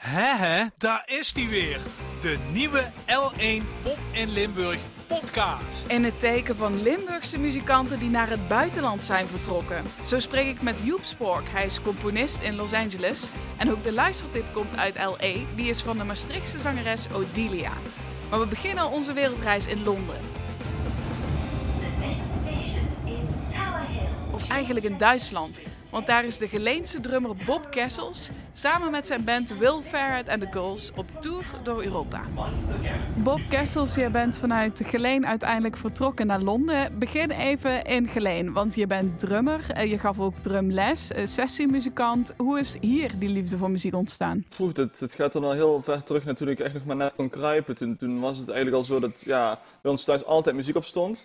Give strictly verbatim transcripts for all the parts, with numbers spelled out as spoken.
Hè hè, daar is die weer. De nieuwe L één Pop in Limburg podcast. In het teken van Limburgse muzikanten die naar het buitenland zijn vertrokken. Zo spreek ik met Joep Spork. Hij is componist in Los Angeles. En ook de luistertip komt uit L A. Die is van de Maastrichtse zangeres Odilia. Maar we beginnen al onze wereldreis in Londen. Of eigenlijk in Duitsland. Want daar is de Geleense drummer Bob Kessels samen met zijn band Will Ferret and the Ghouls op tour door Europa. Bob Kessels, je bent vanuit Geleen uiteindelijk vertrokken naar Londen. Begin even in Geleen, want je bent drummer. Je gaf ook drumles, sessiemuzikant. Hoe is hier die liefde voor muziek ontstaan? Goed, het, het gaat dan al heel ver terug naar toen ik echt nog maar net kon kruipen. Toen, toen was het eigenlijk al zo dat ja, bij ons thuis altijd muziek op stond.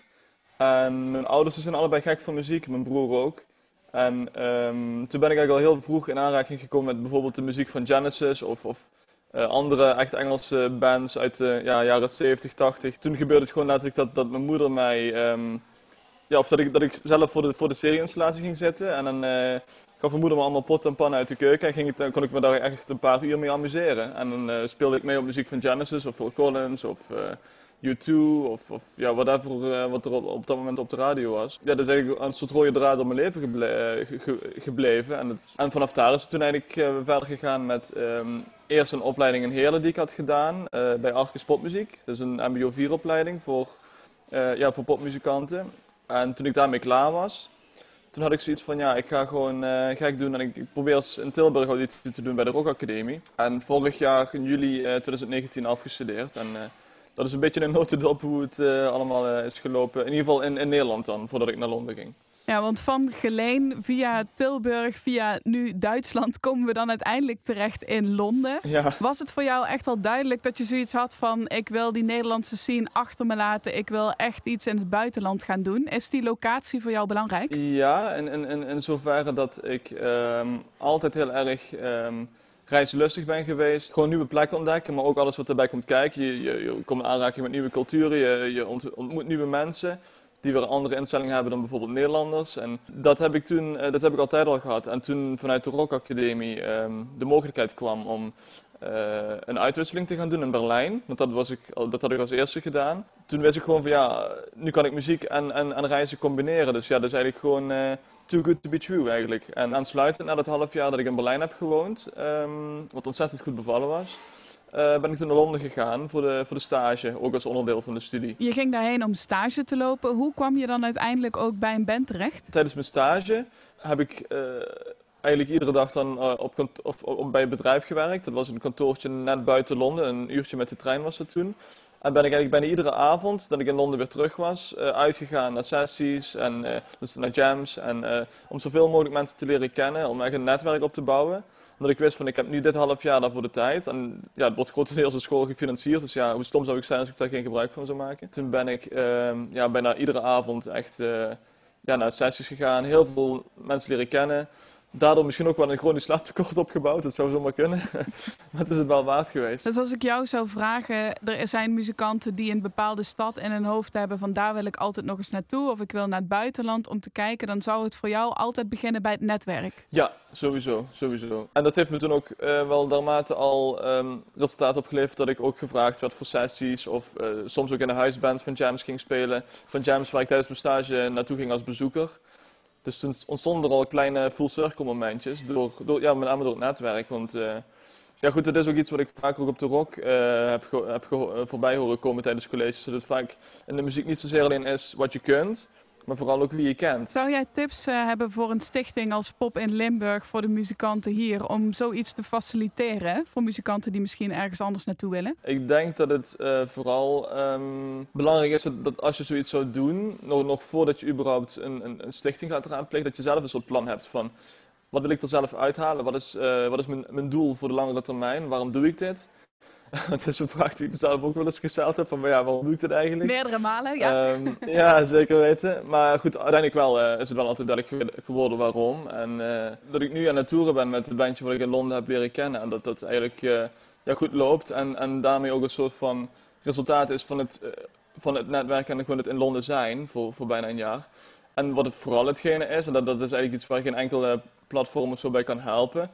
En mijn ouders zijn allebei gek van muziek, mijn broer ook. En um, toen ben ik eigenlijk al heel vroeg in aanraking gekomen met bijvoorbeeld de muziek van Genesis of, of uh, andere echt Engelse bands uit de ja, jaren zeventig, tachtig. Toen gebeurde het gewoon letterlijk dat, dat mijn moeder mij, um, ja, of dat ik, dat ik zelf voor de, voor de serie-installatie ging zitten. En dan uh, gaf mijn moeder me allemaal pot en pannen uit de keuken en ging het, dan kon ik me daar echt een paar uur mee amuseren. En dan uh, speelde ik mee op muziek van Genesis of Phil Collins of Uh, U twee of, of ja, whatever uh, wat er op, op dat moment op de radio was. Ja, dat is eigenlijk een soort rode draad door mijn leven geble ge gebleven. En, het, en vanaf daar is het toen eigenlijk uh, verder gegaan met um, eerst een opleiding in Heerlen die ik had gedaan uh, bij Arcus Popmuziek. Dat is een M B O vier opleiding voor, uh, ja, voor popmuzikanten. En toen ik daarmee klaar was, toen had ik zoiets van ja, ik ga gewoon uh, gek doen en ik, ik probeer eens in Tilburg auditie te doen bij de Rock Academie. En vorig jaar in juli uh, twintig negentien afgestudeerd. En, uh, Dat is een beetje een notendop hoe het uh, allemaal uh, is gelopen. In ieder geval in, in Nederland dan, voordat ik naar Londen ging. Ja, want van Geleen via Tilburg, via nu Duitsland, komen we dan uiteindelijk terecht in Londen. Ja. Was het voor jou echt al duidelijk dat je zoiets had van ik wil die Nederlandse scene achter me laten, ik wil echt iets in het buitenland gaan doen? Is die locatie voor jou belangrijk? Ja, in, in, in, in zoverre dat ik um, altijd heel erg Um, reislustig ben geweest. Gewoon nieuwe plekken ontdekken, maar ook alles wat erbij komt kijken. Je, je, je komt in aanraking met nieuwe culturen, je, je ontmoet nieuwe mensen die weer een andere instelling hebben dan bijvoorbeeld Nederlanders. En dat heb ik toen, dat heb ik altijd al gehad. En toen vanuit de Rock Academie um, de mogelijkheid kwam om uh, een uitwisseling te gaan doen in Berlijn. Want dat, was ik, dat had ik als eerste gedaan. Toen wist ik gewoon van ja, nu kan ik muziek en, en, en reizen combineren. Dus ja, dat is eigenlijk gewoon Uh, too good to be true eigenlijk. En aansluitend na dat half jaar dat ik in Berlijn heb gewoond, um, wat ontzettend goed bevallen was, uh, ben ik toen naar Londen gegaan voor de, voor de stage, ook als onderdeel van de studie. Je ging daarheen om stage te lopen. Hoe kwam je dan uiteindelijk ook bij een band terecht? Tijdens mijn stage heb ik uh, eigenlijk iedere dag dan uh, op, kant- of, op, bij het bedrijf gewerkt. Dat was een kantoortje net buiten Londen, een uurtje met de trein was dat toen. En ben ik eigenlijk bijna iedere avond dat ik in Londen weer terug was, uh, uitgegaan naar sessies en uh, dus naar jams. En uh, om zoveel mogelijk mensen te leren kennen, om echt een netwerk op te bouwen. Omdat ik wist van ik heb nu dit half jaar daarvoor de tijd. En ja, het wordt grotendeels door school gefinancierd, dus ja, hoe stom zou ik zijn als ik daar geen gebruik van zou maken. Toen ben ik uh, ja, bijna iedere avond echt uh, ja, naar sessies gegaan, heel veel mensen leren kennen. Daardoor misschien ook wel een chronisch slaaptekort opgebouwd, dat zou zomaar kunnen. Maar het is het wel waard geweest. Dus als ik jou zou vragen, er zijn muzikanten die een bepaalde stad in hun hoofd hebben van daar wil ik altijd nog eens naartoe of ik wil naar het buitenland om te kijken, dan zou het voor jou altijd beginnen bij het netwerk. Ja, sowieso, sowieso. En dat heeft me toen ook uh, wel daarmate al um, resultaat opgeleverd dat ik ook gevraagd werd voor sessies of uh, soms ook in een huisband van jams ging spelen. Van jams waar ik tijdens mijn stage naartoe ging als bezoeker. Dus toen ontstonden er al kleine full circle momentjes, door, door, ja, met name door het netwerk. Want uh, ja goed, dat is ook iets wat ik vaak ook op de rock uh, heb, ge, heb ge, voorbij horen komen tijdens colleges. Dat het vaak in de muziek niet zozeer alleen is wat je kunt, maar vooral ook wie je kent. Zou jij tips uh, hebben voor een stichting als Pop in Limburg voor de muzikanten hier om zoiets te faciliteren voor muzikanten die misschien ergens anders naartoe willen? Ik denk dat het uh, vooral um, belangrijk is dat als je zoiets zou doen, nog, nog voordat je überhaupt een, een, een stichting gaat raadplegen, dat je zelf een soort plan hebt van wat wil ik er zelf uithalen, wat is, uh, wat is mijn, mijn doel voor de langere termijn, waarom doe ik dit? Het is een vraag die ik zelf ook wel eens gesteld heb, van ja, waarom doe ik dit eigenlijk? Meerdere malen, ja. Um, ja, zeker weten. Maar goed, uiteindelijk wel, uh, is het wel altijd duidelijk geworden waarom. En uh, dat ik nu aan het toeren ben met het bandje wat ik in Londen heb leren kennen. En dat dat eigenlijk uh, ja, goed loopt. En, en daarmee ook een soort van resultaat is van het, uh, van het netwerk en gewoon het in Londen zijn voor, voor bijna een jaar. En wat het vooral hetgene is, en dat, dat is eigenlijk iets waar geen enkel uh, platform of zo bij kan helpen,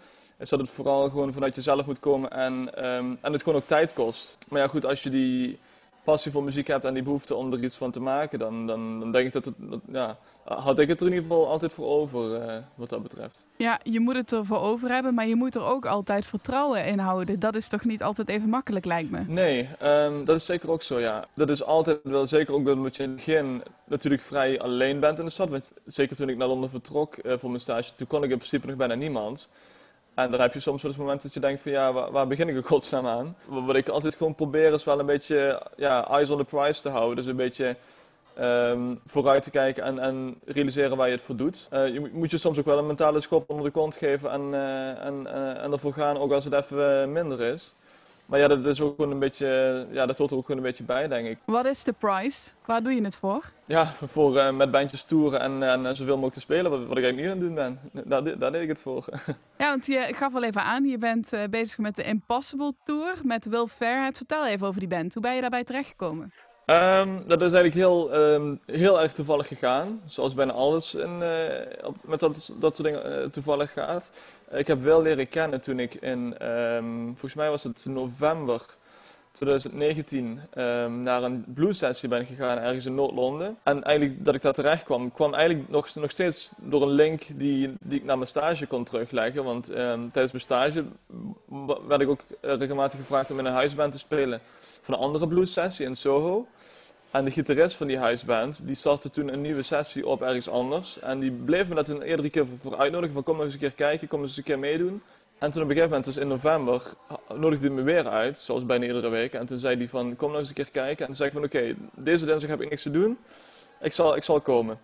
is dat het vooral gewoon vanuit jezelf moet komen en, um, en het gewoon ook tijd kost. Maar ja goed, als je die passie voor muziek hebt en die behoefte om er iets van te maken, dan, dan, dan denk ik dat het, dat, ja, had ik het er in ieder geval altijd voor over, uh, wat dat betreft. Ja, je moet het er voor over hebben, maar je moet er ook altijd vertrouwen in houden. Dat is toch niet altijd even makkelijk, lijkt me? Nee, um, dat is zeker ook zo, ja. Dat is altijd wel zeker ook omdat je in het begin natuurlijk vrij alleen bent in de stad. Want zeker toen ik naar Londen vertrok uh, voor mijn stage, toen kon ik in principe nog bijna niemand. En daar heb je soms wel eens momenten dat je denkt van ja, waar, waar begin ik in godsnaam aan? Wat ik altijd gewoon probeer is wel een beetje ja, eyes on the prize te houden. Dus een beetje um, vooruit te kijken en, en realiseren waar je het voor doet. Uh, je moet je soms ook wel een mentale schop onder de kont geven en, uh, en, uh, en ervoor gaan, ook als het even minder is. Maar ja, dat is ook gewoon een beetje, ja, dat hoort er ook gewoon een beetje bij, denk ik. Wat is de prize? Waar doe je het voor? Ja, voor uh, met bandjes toeren en, en zoveel mogelijk te spelen, wat, wat ik eigenlijk nu aan het doen ben. Daar, daar deed ik het voor. Ja, want je gaf al even aan, je bent uh, bezig met de Impossible Tour met Will Fairhead. Vertel even over die band. Hoe ben je daarbij terechtgekomen? Um, dat is eigenlijk heel, um, heel erg toevallig gegaan. Zoals bijna alles in, uh, op, met dat, dat soort dingen uh, toevallig gaat. Ik heb Will leren kennen toen ik in, um, volgens mij was het november twintig negentien, um, naar een blues-sessie ben gegaan ergens in Noord-Londen. En eigenlijk dat ik daar terecht kwam, kwam eigenlijk nog, nog steeds door een link die, die ik naar mijn stage kon terugleggen. Want um, tijdens mijn stage werd ik ook regelmatig gevraagd om in een huisband te spelen van een andere blues-sessie in Soho. En de gitarist van die huisband, die startte toen een nieuwe sessie op ergens anders. En die bleef me daar toen iedere keer voor uitnodigen van kom nog eens een keer kijken, kom eens een keer meedoen. En toen op een gegeven moment, dus in november, nodigde hij me weer uit, zoals bijna iedere week. En toen zei hij van kom nog eens een keer kijken. En toen zei ik van oké, okay, deze dinsdag heb ik niks te doen, ik zal, ik zal komen.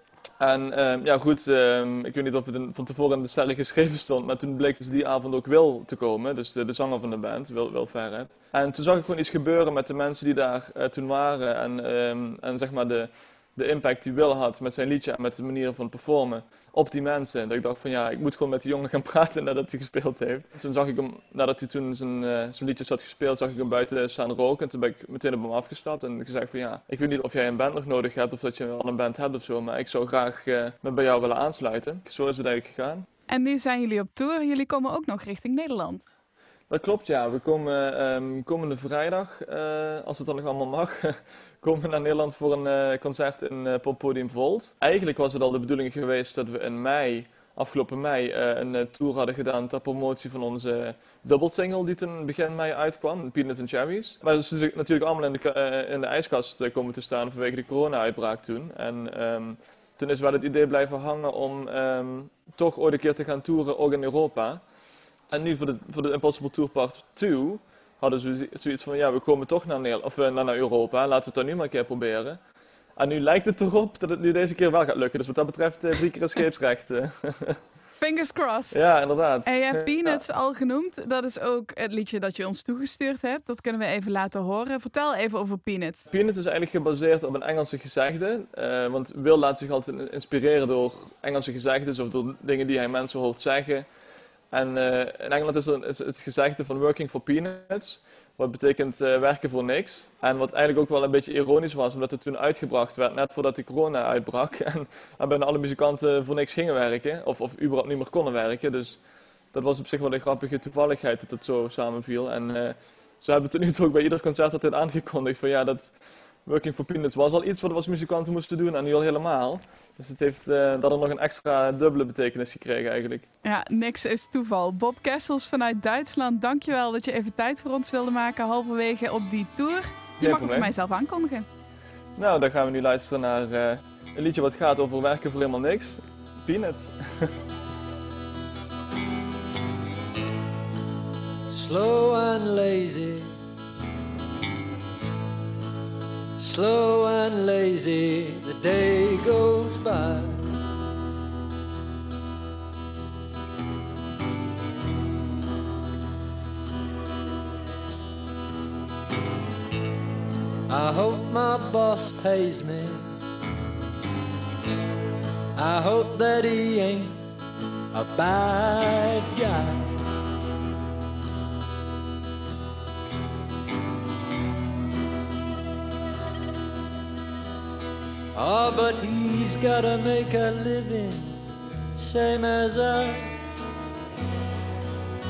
En um, ja goed, um, ik weet niet of het van tevoren in de sterren geschreven stond, maar toen bleek dus die avond ook Will te komen, dus de, de zanger van de band, Will, Will Fairhead. En toen zag ik gewoon iets gebeuren met de mensen die daar uh, toen waren en, um, en zeg maar de, de impact die Will had met zijn liedje en met de manier van performen op die mensen. Dat ik dacht van ja, ik moet gewoon met die jongen gaan praten nadat hij gespeeld heeft. Toen zag ik hem, nadat hij toen zijn, uh, zijn liedjes had gespeeld, zag ik hem buiten staan roken. En toen ben ik meteen op hem afgestapt en gezegd van ja, ik weet niet of jij een band nog nodig hebt of dat je al een band hebt of zo, maar ik zou graag uh, me bij jou willen aansluiten. Zo is het eigenlijk gegaan. En nu zijn jullie op tour, jullie komen ook nog richting Nederland. Dat klopt, ja. We komen um, komende vrijdag, uh, als het dan nog allemaal mag, komen we naar Nederland voor een uh, concert in uh, Poppodium Volt. Eigenlijk was het al de bedoeling geweest dat we in mei, afgelopen mei, uh, een uh, tour hadden gedaan ter promotie van onze dubbelsingle die toen begin mei uitkwam, Peanuts and Cherries. Maar dat is natuurlijk allemaal in de, uh, in de ijskast uh, komen te staan vanwege de corona-uitbraak toen. En um, toen is wel het idee blijven hangen om um, toch ooit een keer te gaan toeren, ook in Europa. En nu voor de, voor de Impossible Tour Part twee hadden ze zoiets van, ja, we komen toch naar, Nederland, of, uh, naar Europa, laten we het dan nu maar een keer proberen. En nu lijkt het erop dat het nu deze keer wel gaat lukken. Dus wat dat betreft, uh, drie keer een scheepsrecht. Uh. Fingers crossed. Ja, inderdaad. En je hebt Peanuts ja. al genoemd. Dat is ook het liedje dat je ons toegestuurd hebt. Dat kunnen we even laten horen. Vertel even over Peanuts. Peanuts is eigenlijk gebaseerd op een Engelse gezegde. Uh, want Will laat zich altijd inspireren door Engelse gezegdes of door dingen die hij mensen hoort zeggen. En uh, in Engeland is, er, is het gezegde van working for peanuts, wat betekent uh, werken voor niks. En wat eigenlijk ook wel een beetje ironisch was, omdat het toen uitgebracht werd, net voordat de corona uitbrak. En, en bijna alle muzikanten voor niks gingen werken, of, of überhaupt niet meer konden werken. Dus dat was op zich wel een grappige toevalligheid dat het zo samenviel. En uh, zo hebben we tot nu toe ook bij ieder concert altijd aangekondigd van ja, dat working for peanuts was al iets wat we als muzikanten moesten doen en nu al helemaal. Dus het heeft uh, daardoor nog een extra dubbele betekenis gekregen eigenlijk. Ja, niks is toeval. Bob Kessels vanuit Duitsland, dankjewel dat je even tijd voor ons wilde maken halverwege op die tour. Je mag hem voor mij zelf aankondigen. Nou, dan gaan we nu luisteren naar uh, een liedje wat gaat over werken voor helemaal niks. Peanuts. Slow and lazy, slow and lazy, the day goes by. I hope my boss pays me, I hope that he ain't a bad guy. Oh, but he's gotta make a living, same as I.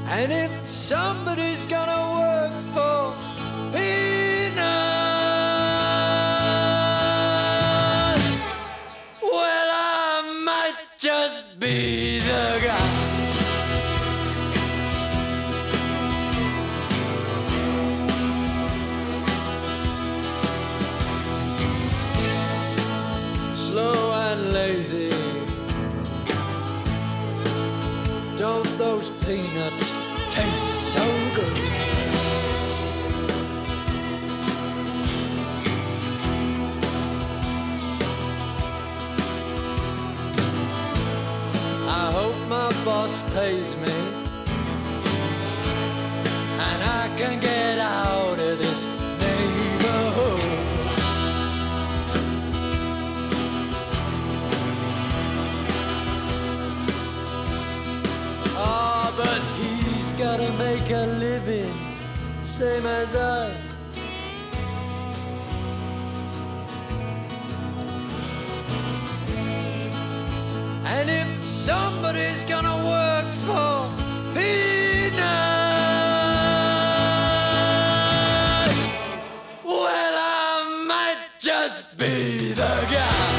And if somebody's gonna work for peanuts, well, I might just be the guy. Slow and lazy, don't those peanuts taste so good? I hope my boss pays me and I can get out of this neighborhood. Oh, but he's gotta make a living, same as I. And if somebody's gonna work for peanuts, well, I might just be the guy.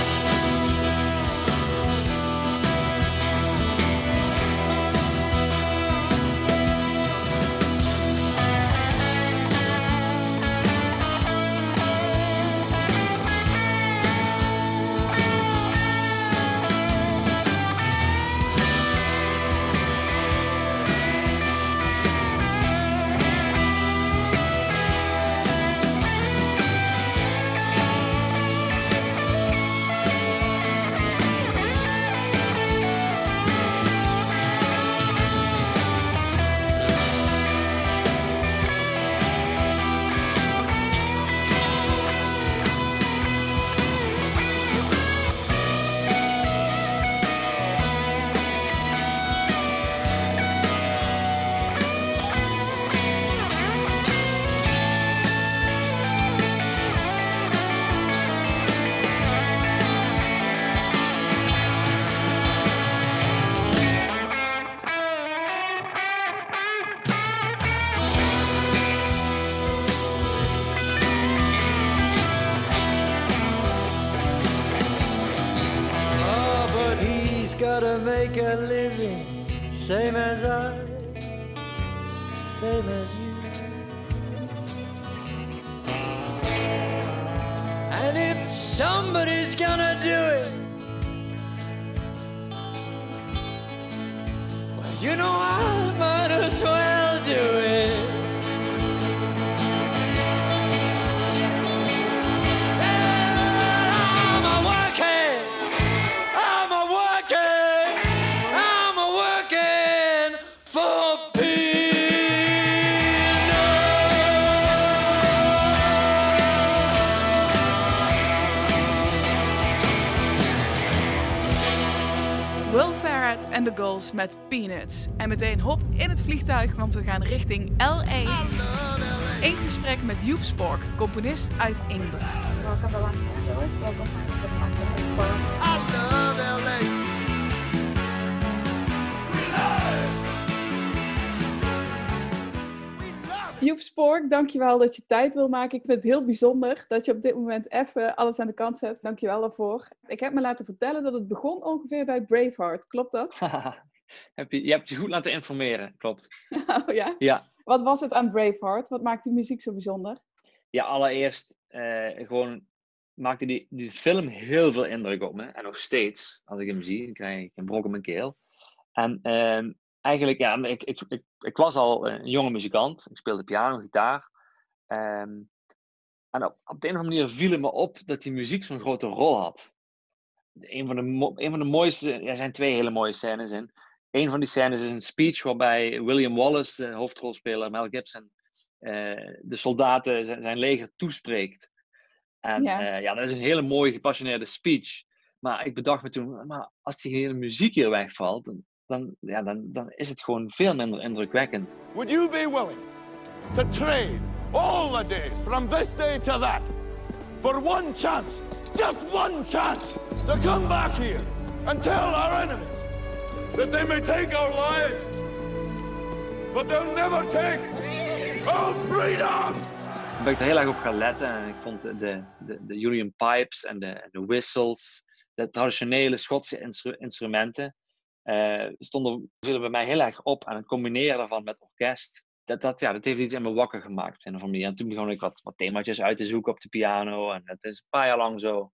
Gotta make a living, same as I, same as you. And if somebody's gonna do it, well, you know I might as well do it. En de Gulls met Peanuts. En meteen hop in het vliegtuig, want we gaan richting L A. In gesprek met Joep Spork, componist uit Engelen. Welcome to Los Angeles. Welcome to the I love L A. Joep Spork, dankjewel dat je tijd wil maken. Ik vind het heel bijzonder dat je op dit moment even alles aan de kant zet. Dankjewel daarvoor. Ik heb me laten vertellen dat het begon ongeveer bij Braveheart. Klopt dat? Heb je, je hebt je goed laten informeren, klopt. Oh ja? Ja. Wat was het aan Braveheart? Wat maakt die muziek zo bijzonder? Ja, allereerst uh, gewoon maakte die, die film heel veel indruk op me. En nog steeds, als ik hem zie, dan krijg ik een brok in mijn keel. En uh, eigenlijk, ja, ik, ik, ik, ik was al een jonge muzikant. Ik speelde piano, gitaar. Um, en op, op de een of andere manier viel het me op dat die muziek zo'n grote rol had. Een van de, mo- een van de mooiste, er zijn twee hele mooie scènes in. Een van die scènes is een speech waarbij William Wallace, de hoofdrolspeler, Mel Gibson, uh, de soldaten, zijn, zijn leger toespreekt. En ja. Uh, ja, dat is een hele mooie, gepassioneerde speech. Maar ik bedacht me toen, maar als die hele muziek hier wegvalt, dan, dan, ja, dan, dan is het gewoon veel minder indrukwekkend. Would you be willing to trade all the days from this day to that for one chance, just one chance, to come back here and tell our enemies that they may take our lives, but they'll never take our freedom! Toen ben ik er heel erg op gaan letten en ik vond de, de, de Julian pipes en de, de whistles, de traditionele Schotse instru- instrumenten, uh, stonden vielen bij mij heel erg op. En het combineren daarvan met orkest, dat, dat, ja, dat heeft iets in me wakker gemaakt op een of andere manier. En toen begon ik wat, wat themaatjes uit te zoeken op de piano en het is een paar jaar lang zo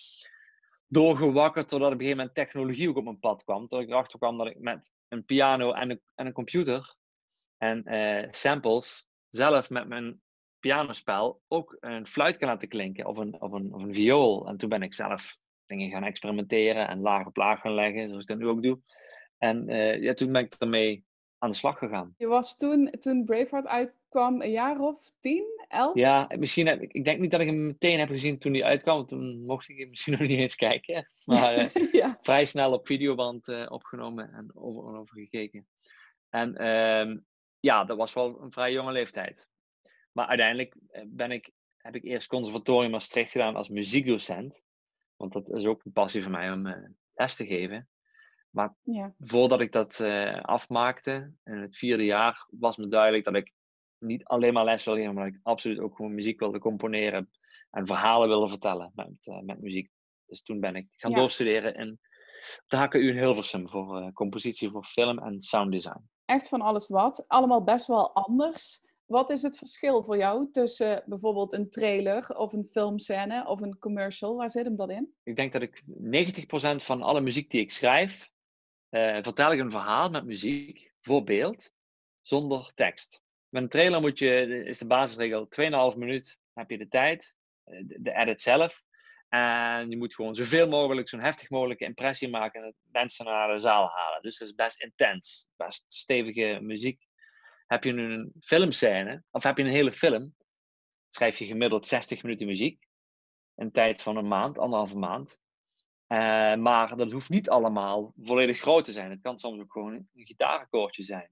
doorgewakkerd, totdat op een gegeven moment technologie ook op mijn pad kwam. Tot ik erachter kwam dat ik met een piano en een, en een computer en uh, samples zelf met mijn pianospel ook een fluit kan laten klinken of een, of, een, of een viool. En toen ben ik zelf dingen gaan experimenteren en laag op laag gaan leggen, zoals ik dat nu ook doe. En uh, ja, toen ben ik ermee aan de slag gegaan. Je was toen, toen Braveheart uitkwam, een jaar of tien, elf? Ja, misschien heb ik, ik denk niet dat ik hem meteen heb gezien toen hij uitkwam. Toen mocht ik hem misschien nog niet eens kijken. Maar uh, ja. vrij snel op videoband uh, opgenomen en over en over gekeken. En uh, ja, dat was wel een vrij jonge leeftijd. Maar uiteindelijk ben ik, heb ik eerst conservatorium Maastricht gedaan als muziekdocent. Want dat is ook een passie van mij om uh, les te geven. Maar ja. voordat ik dat uh, afmaakte, in het vierde jaar, was me duidelijk dat ik niet alleen maar les wilde geven, maar dat ik absoluut ook gewoon muziek wilde componeren en verhalen wilde vertellen met, uh, met muziek. Dus toen ben ik gaan ja. doorstuderen in de H K U in Hilversum voor uh, compositie voor film en sounddesign. Echt van alles wat. Allemaal best wel anders. Wat is het verschil voor jou tussen uh, bijvoorbeeld een trailer of een filmscène of een commercial? Waar zit hem dat in? Ik denk dat ik negentig procent van alle muziek die ik schrijf, uh, vertel ik een verhaal met muziek, voor beeld, zonder tekst. Met een trailer moet je, is de basisregel twee komma vijf minuut, heb je de tijd, de, de edit zelf. En je moet gewoon zoveel mogelijk, zo'n heftig mogelijke impressie maken en mensen naar de zaal halen. Dus dat is best intens, best stevige muziek. Heb je nu een filmscène, of heb je een hele film, schrijf je gemiddeld zestig minuten muziek. In tijd van een maand, anderhalve maand. Uh, maar dat hoeft niet allemaal volledig groot te zijn. Het kan soms ook gewoon een gitaarakkoordje zijn.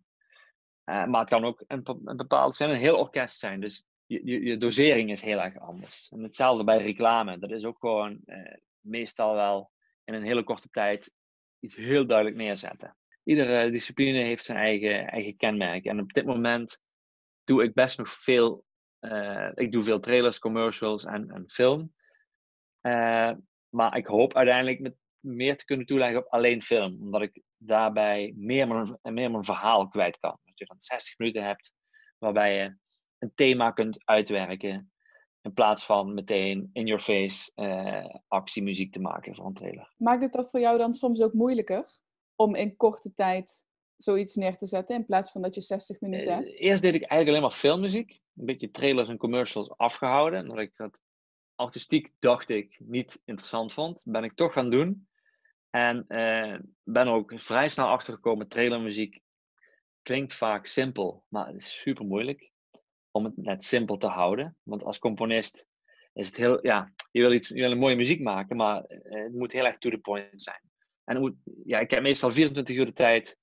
Uh, maar het kan ook een, een bepaald zijn, een heel orkest zijn. Dus je, je, je dosering is heel erg anders. En hetzelfde bij reclame. Dat is ook gewoon uh, meestal wel in een hele korte tijd iets heel duidelijk neerzetten. Iedere discipline heeft zijn eigen, eigen kenmerk. En op dit moment doe ik best nog veel. Uh, ik doe veel trailers, commercials en, en film. Uh, maar ik hoop uiteindelijk met meer te kunnen toeleggen op alleen film. Omdat ik daarbij meer mijn, meer mijn verhaal kwijt kan. Dat je dan zestig minuten hebt waarbij je een thema kunt uitwerken. In plaats van meteen in your face uh, actiemuziek te maken voor een trailer. Maakt het dat voor jou dan soms ook moeilijker? Om in korte tijd zoiets neer te zetten in plaats van dat je zestig minuten hebt? Uh, eerst deed ik eigenlijk alleen maar filmmuziek. Een beetje trailers en commercials afgehouden. Omdat ik dat artistiek, dacht ik, niet interessant vond. Ben ik toch gaan doen. En uh, ben er ook vrij snel achtergekomen. Trailermuziek klinkt vaak simpel, maar het is super moeilijk om het net simpel te houden. Want als componist is het heel, ja, je wil, iets, je wil een mooie muziek maken, maar uh, het moet heel erg to the point zijn. En het moet, ja, ik heb meestal vierentwintig uur de tijd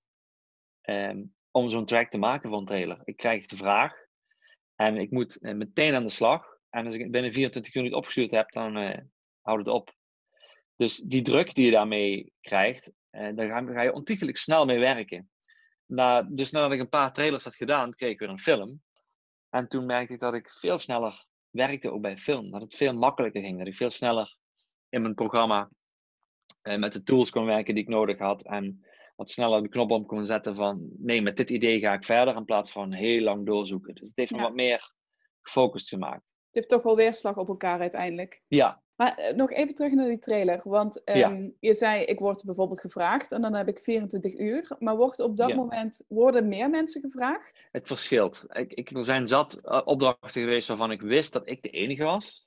um, om zo'n track te maken voor een trailer. Ik krijg de vraag en ik moet uh, meteen aan de slag. En als ik binnen vierentwintig uur niet opgestuurd heb, dan uh, houd het op. Dus die druk die je daarmee krijgt, uh, daar ga, ga je ontiegelijk snel mee werken. Na, dus nadat ik een paar trailers had gedaan, kreeg ik weer een film. En toen merkte ik dat ik veel sneller werkte ook bij film. Dat het veel makkelijker ging. Dat ik veel sneller in mijn programma uh, met de tools kon werken die ik nodig had. En wat sneller de knop om kon zetten van nee, met dit idee ga ik verder. In plaats van heel lang doorzoeken. Dus het heeft me Ja. wat meer gefocust gemaakt. Het heeft toch wel weerslag op elkaar uiteindelijk. Ja. Maar uh, nog even terug naar die trailer. Want um, Ja. je zei, ik word bijvoorbeeld gevraagd en dan heb ik vierentwintig uur. Maar wordt op dat Ja. moment, worden meer mensen gevraagd? Het verschilt. Ik, ik, er zijn zat uh, opdrachten geweest waarvan ik wist dat ik de enige was.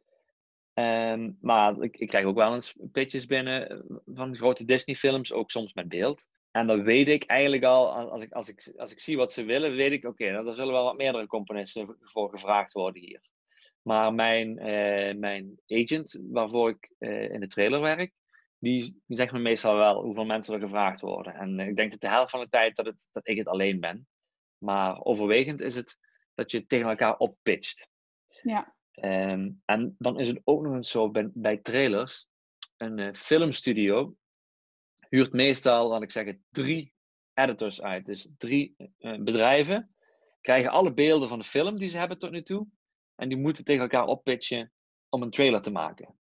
Um, maar ik, ik krijg ook wel eens pitches binnen van grote Disney films, ook soms met beeld. En dan weet ik eigenlijk al, als ik, als ik, als ik zie wat ze willen, weet ik, oké, okay, nou, er zullen wel wat meerdere componisten voor gevraagd worden hier. Maar mijn, uh, mijn agent, waarvoor ik uh, in de trailer werk, die, die zegt me meestal wel hoeveel mensen er gevraagd worden. En uh, ik denk dat de helft van de tijd dat, het, dat ik het alleen ben. Maar overwegend is het dat je tegen elkaar oppitcht. Ja. Um, en dan is het ook nog eens zo bij, bij trailers. Een uh, filmstudio huurt meestal, laat ik zeggen, drie editors uit. Dus drie uh, bedrijven krijgen alle beelden van de film die ze hebben tot nu toe. En die moeten tegen elkaar oppitchen om een trailer te maken.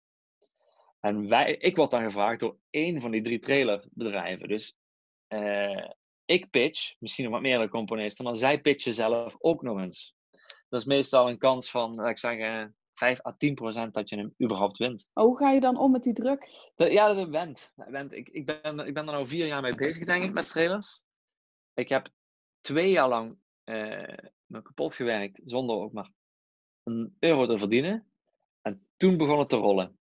En wij, ik word dan gevraagd door één van die drie trailerbedrijven. Dus uh, ik pitch, misschien nog wat meerdere componisten, maar zij pitchen zelf ook nog eens. Dat is meestal een kans van, laat ik zeggen, vijf à tien procent dat je hem überhaupt wint. Maar hoe ga je dan om met die druk? Dat, ja, dat went. Dat went. Ik, ik, ben, ik ben er nu vier jaar mee bezig, denk ik, met trailers. Ik heb twee jaar lang uh, me kapot gewerkt, zonder ook maar een euro te verdienen. En toen begon het te rollen.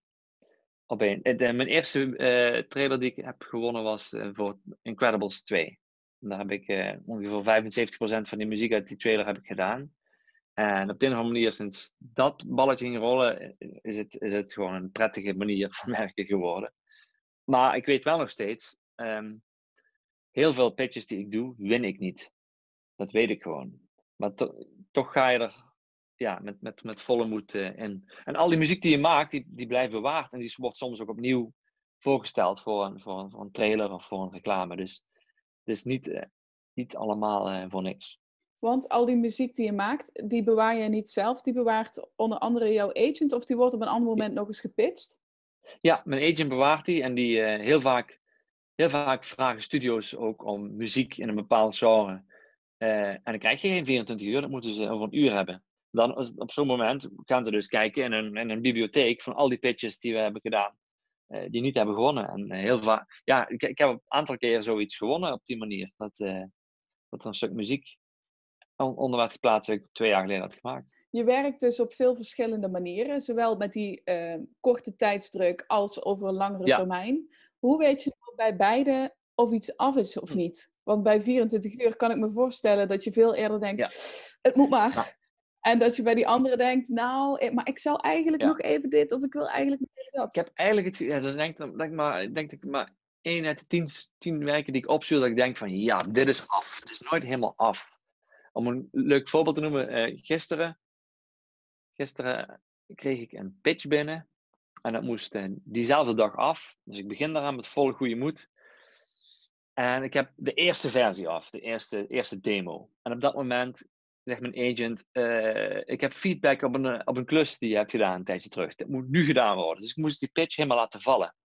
Op een. Het, uh, mijn eerste uh, trailer die ik heb gewonnen was uh, voor Incredibles twee. En daar heb ik uh, ongeveer vijfenzeventig procent van die muziek uit die trailer heb ik gedaan. En op de een of andere manier, sinds dat balletje ging rollen, is het, is het gewoon een prettige manier van werken geworden. Maar ik weet wel nog steeds, um, heel veel pitches die ik doe, win ik niet. Dat weet ik gewoon. Maar to, toch ga je er ja, met, met, met volle moed uh, in. En al die muziek die je maakt, die, die blijft bewaard. En die wordt soms ook opnieuw voorgesteld voor een, voor een, voor een trailer of voor een reclame. Dus het is niet, uh, niet allemaal uh, voor niks. Want al die muziek die je maakt, die bewaar je niet zelf. Die bewaart onder andere jouw agent of die wordt op een ander moment nog eens gepitcht? Ja, mijn agent bewaart die. En die uh, heel, vaak, heel vaak vragen studio's ook om muziek in een bepaald genre. Uh, en dan krijg je geen vierentwintig uur, dat moeten ze over een uur hebben. Dan is, op zo'n moment gaan ze dus kijken in een, in een bibliotheek van al die pitches die we hebben gedaan. Uh, die niet hebben gewonnen. En uh, heel vaak, ja, ik, ik heb een aantal keer zoiets gewonnen op die manier. Dat, uh, dat er een stuk muziek onder werd geplaatst dat ik twee jaar geleden had gemaakt. Je werkt dus op veel verschillende manieren, zowel met die uh, korte tijdsdruk als over een langere ja. termijn. Hoe weet je nou bij beide of iets af is of niet? Want bij vierentwintig uur kan ik me voorstellen dat je veel eerder denkt, ja. het moet maar. Ja. En dat je bij die andere denkt, nou, maar ik zou eigenlijk ja. nog even dit of ik wil eigenlijk nog even dat. Ik heb eigenlijk het, ja, dat denk ik denk maar, denk ik maar één uit de tien, tien werken die ik opstuur, dat ik denk van, ja, dit is af. Het is nooit helemaal af. Om een leuk voorbeeld te noemen, uh, gisteren, gisteren kreeg ik een pitch binnen en dat moest uh, diezelfde dag af. Dus ik begin daaraan met volle goede moed. En ik heb de eerste versie af, de eerste, eerste demo. En op dat moment zegt mijn agent, uh, ik heb feedback op een, op een klus die je hebt gedaan een tijdje terug. Dat moet nu gedaan worden. Dus ik moest die pitch helemaal laten vallen.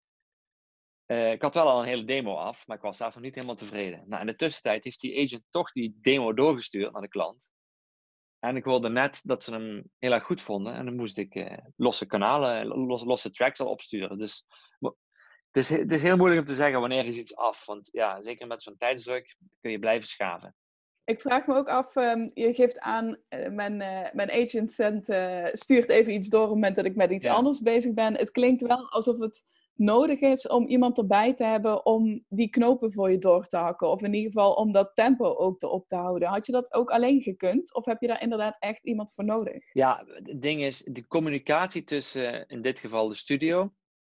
Uh, ik had wel al een hele demo af, maar ik was zelf nog niet helemaal tevreden. Nou, in de tussentijd heeft die agent toch die demo doorgestuurd naar de klant. En ik hoorde net dat ze hem heel erg goed vonden. En dan moest ik uh, losse kanalen, losse, losse tracks al opsturen. Dus het is, het is heel moeilijk om te zeggen wanneer is iets af. Want ja, zeker met zo'n tijdsdruk kun je blijven schaven. Ik vraag me ook af, um, je geeft aan, uh, mijn, uh, mijn agent zendt, uh, stuurt even iets door op het moment dat ik met iets ja. anders bezig ben. Het klinkt wel alsof het nodig is om iemand erbij te hebben om die knopen voor je door te hakken. Of in ieder geval om dat tempo ook te op te houden. Had je dat ook alleen gekund? Of heb je daar inderdaad echt iemand voor nodig? Ja, het ding is, de communicatie tussen, uh, in dit geval de studio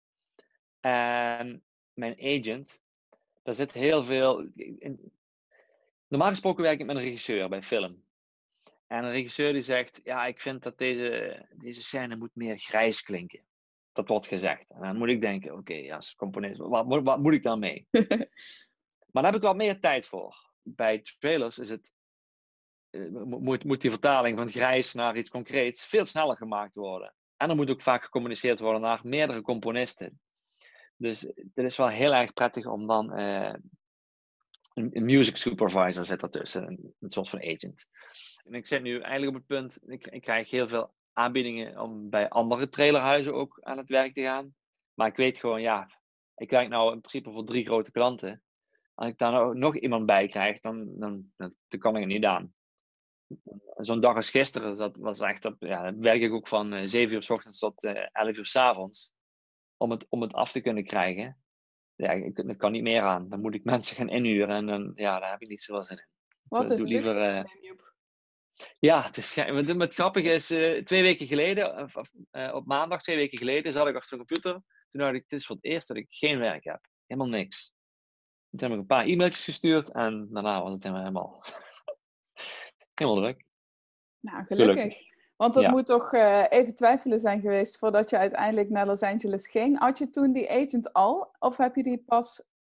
en mijn agent, daar zit heel veel... In, normaal gesproken werk ik met een regisseur bij film. En een regisseur die zegt, ja, ik vind dat deze, deze scène moet meer grijs klinken. Dat wordt gezegd. En dan moet ik denken, oké, okay, ja, als componist, wat, wat, wat moet ik dan mee? Maar daar heb ik wat meer tijd voor. Bij trailers is het, uh, moet, moet die vertaling van grijs naar iets concreets veel sneller gemaakt worden. En er moet ook vaak gecommuniceerd worden naar meerdere componisten. Dus het is wel heel erg prettig om dan uh, een, een music supervisor zit ertussen, een, een soort van agent. En ik zit nu eigenlijk op het punt, ik, ik krijg heel veel aanbiedingen om bij andere trailerhuizen ook aan het werk te gaan. Maar ik weet gewoon, ja, ik werk nou in principe voor drie grote klanten. Als ik daar nou nog iemand bij krijg, dan, dan, dan, dan kan ik het niet aan. Zo'n dag als gisteren, dat was echt op, ja, dan werk ik ook van uh, zeven uur 's ochtends tot uh, elf uur 's avonds. Om het, om het af te kunnen krijgen. Ja, ik, dat kan niet meer aan. Dan moet ik mensen gaan inhuren en dan, ja, daar heb ik niet zoveel zin in. Wat een luxe probleem, Joep. Ja, het, is, het, het grappige is, uh, twee weken geleden, of, of, uh, op maandag twee weken geleden, zat ik achter de computer. Toen dacht ik, het is voor het eerst dat ik geen werk heb. Helemaal niks. Toen heb ik een paar e-mailtjes gestuurd en daarna was het helemaal, helemaal druk. Nou, gelukkig. gelukkig. Want dat ja. moet toch uh, even twijfelen zijn geweest voordat je uiteindelijk naar Los Angeles ging. Had je toen die agent al? Of heb je die pas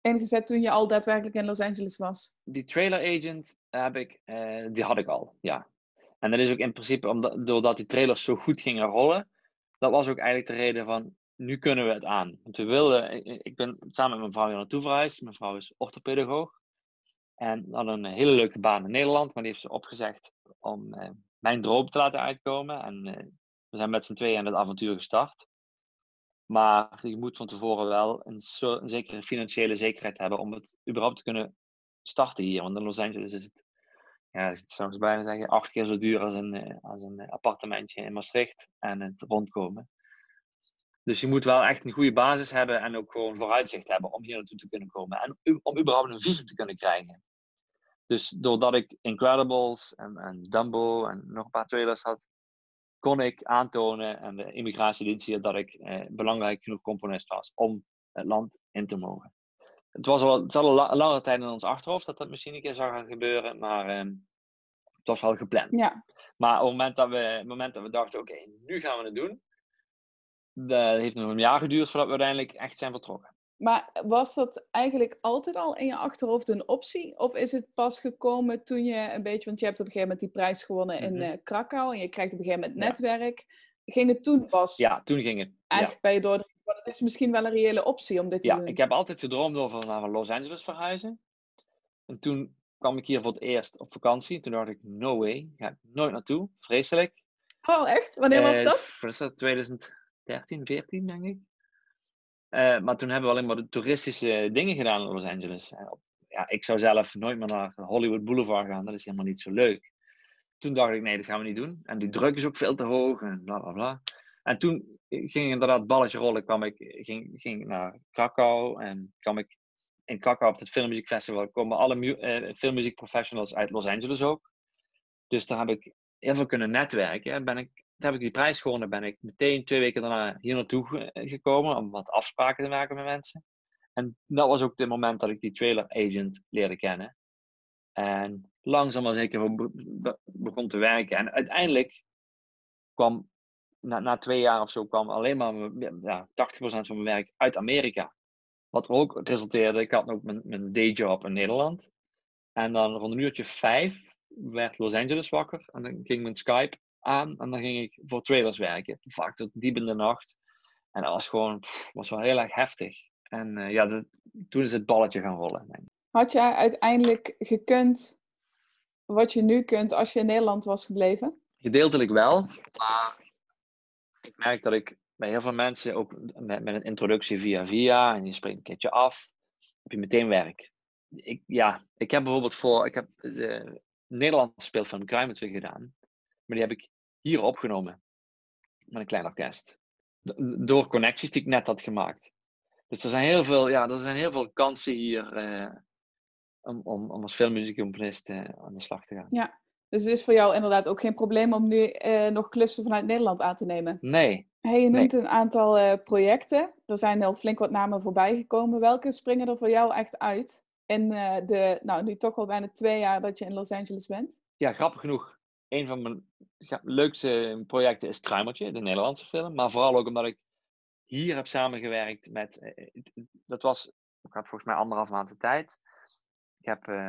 ingezet toen je al daadwerkelijk in Los Angeles was? Die trailer agent heb ik, uh, die had ik al, ja. En dat is ook in principe, omdat, doordat die trailers zo goed gingen rollen, dat was ook eigenlijk de reden van, nu kunnen we het aan. Want we wilden, ik ben samen met mijn vrouw hier naartoe verhuisd. Mijn vrouw is orthopedagoog. En we hadden een hele leuke baan in Nederland, maar die heeft ze opgezegd om uh, mijn droom te laten uitkomen. En uh, we zijn met z'n tweeën aan het avontuur gestart. Maar je moet van tevoren wel een, zo, een zekere financiële zekerheid hebben om het überhaupt te kunnen starten hier. Want in Los Angeles is het, ja, ik zou eens bijna zeggen, acht keer zo duur als een, als een appartementje in Maastricht en het rondkomen. Dus je moet wel echt een goede basis hebben en ook gewoon vooruitzicht hebben om hier naartoe te kunnen komen. En om überhaupt een visum te kunnen krijgen. Dus doordat ik Incredibles en, en Dumbo en nog een paar trailers had, kon ik aantonen aan de immigratiedienst hier dat ik eh, belangrijk genoeg componist was om het land in te mogen. Het was al, het zat al la, langere tijd in ons achterhoofd dat dat misschien een keer zou gaan gebeuren, maar eh, het was wel gepland. Ja. Maar op het moment dat we, het moment dat we dachten, oké, okay, nu gaan we het doen, dat heeft nog een jaar geduurd voordat we uiteindelijk echt zijn vertrokken. Maar was dat eigenlijk altijd al in je achterhoofd een optie? Of is het pas gekomen toen je een beetje... Want je hebt op een gegeven moment die prijs gewonnen in mm-hmm. uh, Krakau. En je krijgt op een gegeven moment netwerk. Ja. Ging het toen pas? Ja, toen ging het. Echt ja. bij je doordringen. Maar het is misschien wel een reële optie om dit te ja, doen. Ja, ik heb altijd gedroomd over naar Los Angeles verhuizen. En toen kwam ik hier voor het eerst op vakantie. Toen dacht ik, no way. Ga ik nooit naartoe. Vreselijk. Oh, echt? Wanneer was uh, dat? Was dat twintig dertien, veertien, denk ik. Uh, maar toen hebben we alleen maar de toeristische dingen gedaan in Los Angeles. Uh, ja, ik zou zelf nooit meer naar Hollywood Boulevard gaan. Dat is helemaal niet zo leuk. Toen dacht ik, nee, dat gaan we niet doen. En die druk is ook veel te hoog en bla bla bla. En toen ging inderdaad het balletje rollen. Kwam ik, ging, ging naar Krakau en kwam ik in Krakau op het filmmuziekfestival. Komen alle mu- uh, filmmuziekprofessionals uit Los Angeles ook. Dus daar heb ik heel veel kunnen netwerken. En ben ik Toen heb ik die prijs gewonnen, ben ik meteen twee weken daarna hier naartoe gekomen om wat afspraken te maken met mensen. En dat was ook het moment dat ik die trailer agent leerde kennen. En langzaam maar zeker be- begon te werken. En uiteindelijk kwam, na, na twee jaar of zo, kwam alleen maar ja, tachtig procent van mijn werk uit Amerika. Wat er ook resulteerde, ik had ook mijn, mijn dayjob in Nederland. En dan rond een uurtje vijf werd Los Angeles wakker. En dan ging mijn Skype aan en dan ging ik voor trailers werken. Vaak tot diep in de nacht. En dat was gewoon, pff, was wel heel erg heftig. En uh, ja, de, toen is het balletje gaan rollen. Denk ik. Had jij uiteindelijk gekund wat je nu kunt als je in Nederland was gebleven? Gedeeltelijk wel. Maar ik merk dat ik bij heel veel mensen, ook met, met een introductie via via, en je spreekt een keertje af, heb je meteen werk. Ik, ja, ik heb bijvoorbeeld voor, ik heb de Nederlandse speelfilm Crime Twee gedaan. Maar die heb ik hier opgenomen. Met een klein orkest. Door connecties die ik net had gemaakt. Dus er zijn heel veel, ja, er zijn heel veel kansen hier uh, om, om, om als filmmuziekcomponist uh, aan de slag te gaan. Ja, dus het is voor jou inderdaad ook geen probleem om nu uh, nog klussen vanuit Nederland aan te nemen? Nee. Hey, je noemt nee. een aantal uh, projecten. Er zijn al flink wat namen voorbij gekomen. Welke springen er voor jou echt uit? In uh, de, nou nu toch al bijna twee jaar dat je in Los Angeles bent? Ja, grappig genoeg. Een van mijn leukste projecten is Kruimeltje, de Nederlandse film. Maar vooral ook omdat ik hier heb samengewerkt met... Dat was, ik had volgens mij anderhalf maand de tijd. Ik heb uh,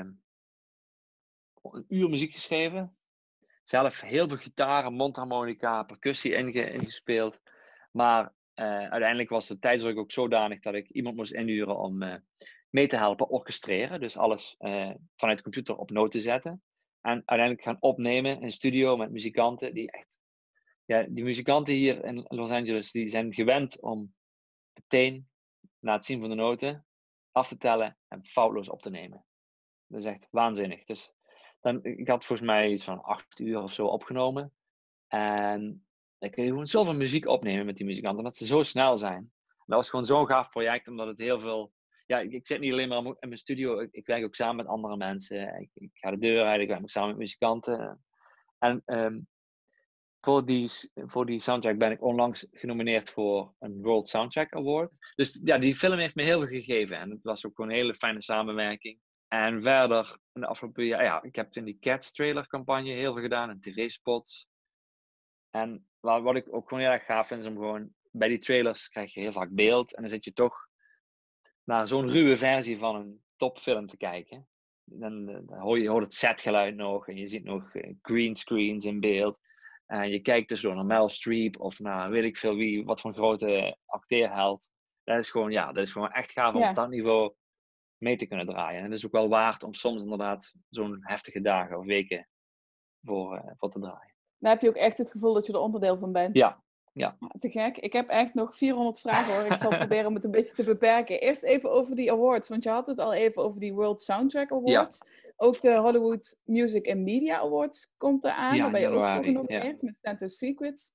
een uur muziek geschreven. Zelf heel veel gitaren, mondharmonica, percussie inge, ingespeeld. Maar uh, uiteindelijk was de tijdsdruk ook zodanig dat ik iemand moest inhuren om uh, mee te helpen orchestreren. Dus alles uh, vanuit de computer op noten zetten. En uiteindelijk gaan opnemen in een studio met muzikanten die echt... Ja, die muzikanten hier in Los Angeles, die zijn gewend om meteen, na het zien van de noten, af te tellen en foutloos op te nemen. Dat is echt waanzinnig. Dus dan, ik had volgens mij iets van acht uur of zo opgenomen. En dan kun je gewoon zoveel muziek opnemen met die muzikanten, omdat ze zo snel zijn. Dat was gewoon zo'n gaaf project, omdat het heel veel... Ja, ik, ik zit niet alleen maar in mijn studio, ik, ik werk ook samen met andere mensen. Ik, ik ga de deur uit, ik werk ook samen met muzikanten. En um, voor, die, voor die soundtrack ben ik onlangs genomineerd voor een World Soundtrack Award. Dus ja, die film heeft me heel veel gegeven. En het was ook gewoon een hele fijne samenwerking. En verder, in de afgelopen jaar, ja, ik heb in die Cats trailer campagne heel veel gedaan, in tv-spots. En wat, wat ik ook gewoon heel erg gaaf vind, is om gewoon, bij die trailers krijg je heel vaak beeld. En dan zit je toch naar zo'n ruwe versie van een topfilm te kijken. Dan, dan hoor je hoort het setgeluid nog en je ziet nog uh, greenscreens in beeld. En je kijkt dus door naar Meryl Streep of naar weet ik veel wie, wat voor een grote acteerheld. Dat is gewoon, ja, dat is gewoon echt gaaf om Ja. op dat niveau mee te kunnen draaien. En het is ook wel waard om soms inderdaad zo'n heftige dagen of weken voor, uh, voor te draaien. Dan heb je ook echt het gevoel dat je er onderdeel van bent. Ja, ja. Ja, te gek. Ik heb echt nog vierhonderd vragen hoor. Ik zal proberen om het een beetje te beperken. Eerst even over die awards. Want je had het al even over die World Soundtrack Awards. Ja. Ook de Hollywood Music and Media Awards komt eraan. Ja, Daar ben je januari, ook voor genomineerd ja. met Center Secrets.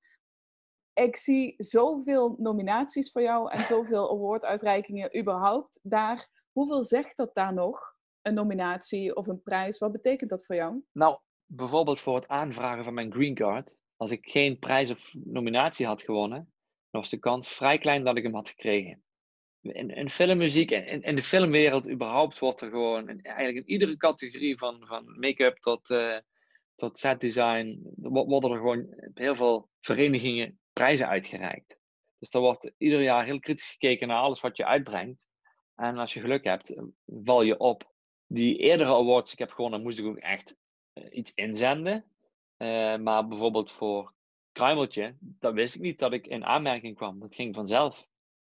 Ik zie zoveel nominaties voor jou en zoveel awarduitreikingen überhaupt daar. Hoeveel zegt dat daar nog? Een nominatie of een prijs? Wat betekent dat voor jou? Nou, bijvoorbeeld voor het aanvragen van mijn green card. Als ik geen prijs of nominatie had gewonnen, dan was de kans vrij klein dat ik hem had gekregen. In, in filmmuziek en in, in de filmwereld überhaupt wordt er gewoon, in, eigenlijk in iedere categorie van, van make-up tot, uh, tot set design, worden er gewoon heel veel verenigingen prijzen uitgereikt. Dus er wordt ieder jaar heel kritisch gekeken naar alles wat je uitbrengt. En als je geluk hebt, val je op. Die eerdere awards die ik heb gewonnen, moest ik ook echt uh, iets inzenden. Uh, maar bijvoorbeeld voor Kruimeltje, dat wist ik niet dat ik in aanmerking kwam. Dat ging vanzelf.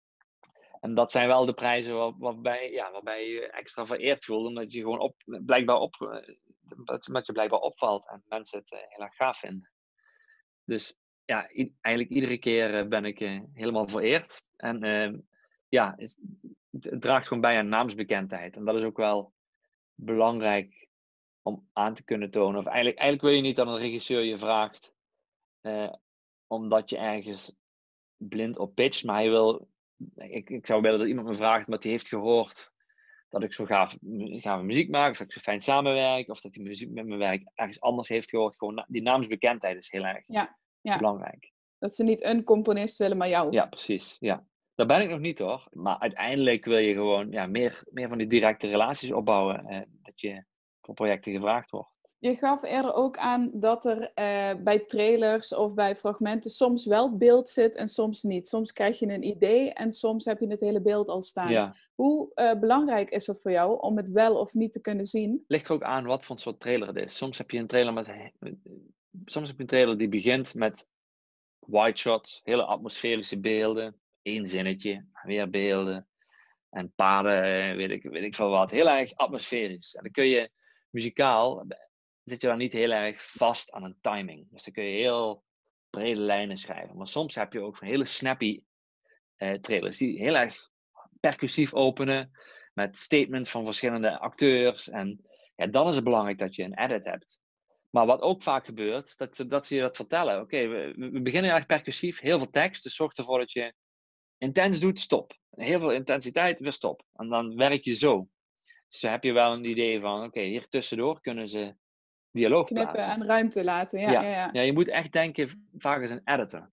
En dat zijn wel de prijzen waar, waarbij, ja, waarbij je extra vereerd voelt. Omdat je gewoon op, blijkbaar, op, omdat je blijkbaar opvalt en mensen het uh, heel erg gaaf vinden. Dus ja, i- eigenlijk iedere keer uh, ben ik uh, helemaal vereerd. En uh, ja, het, het draagt gewoon bij aan naamsbekendheid. En dat is ook wel belangrijk om aan te kunnen tonen. Of eigenlijk, eigenlijk wil je niet dat een regisseur je vraagt, uh, omdat je ergens blind op pitcht, maar hij wil, ik, ik zou willen dat iemand me vraagt, omdat hij heeft gehoord dat ik zo gaaf, gaaf muziek maak, of dat ik zo fijn samenwerk, of dat hij muziek met mijn werk ergens anders heeft gehoord. Gewoon, die naamsbekendheid is heel erg ja, ja. belangrijk. Dat ze niet een componist willen, maar jou. Ja, precies. Ja. Daar ben ik nog niet hoor. Maar uiteindelijk wil je gewoon ja, meer, meer van die directe relaties opbouwen. Eh, dat je voor projecten gevraagd wordt. Je gaf eerder ook aan dat er uh, bij trailers of bij fragmenten soms wel beeld zit en soms niet. Soms krijg je een idee en soms heb je het hele beeld al staan. Ja. Hoe uh, belangrijk is dat voor jou om het wel of niet te kunnen zien? Ligt er ook aan wat voor een soort trailer het is. Soms heb je een trailer, met, soms heb je een trailer die begint met wide shots, hele atmosferische beelden, één zinnetje, weer beelden en paden, weet ik, weet ik veel wat. Heel erg atmosferisch. En dan kun je muzikaal, zit je dan niet heel erg vast aan een timing. Dus dan kun je heel brede lijnen schrijven. Maar soms heb je ook van hele snappy uh, trailers die heel erg percussief openen met statements van verschillende acteurs. En ja, dan is het belangrijk dat je een edit hebt. Maar wat ook vaak gebeurt, dat, dat ze je dat vertellen. Oké, okay, we, we beginnen erg percussief, heel veel tekst, dus zorg ervoor dat je intens doet, stop. Heel veel intensiteit, weer stop. En dan werk je zo. Dus dan heb je wel een idee van, oké, okay, hier tussendoor kunnen ze dialoog knippen plaatsen. En ruimte laten, ja, ja. Ja, ja. ja, je moet echt denken, vaak als een editor.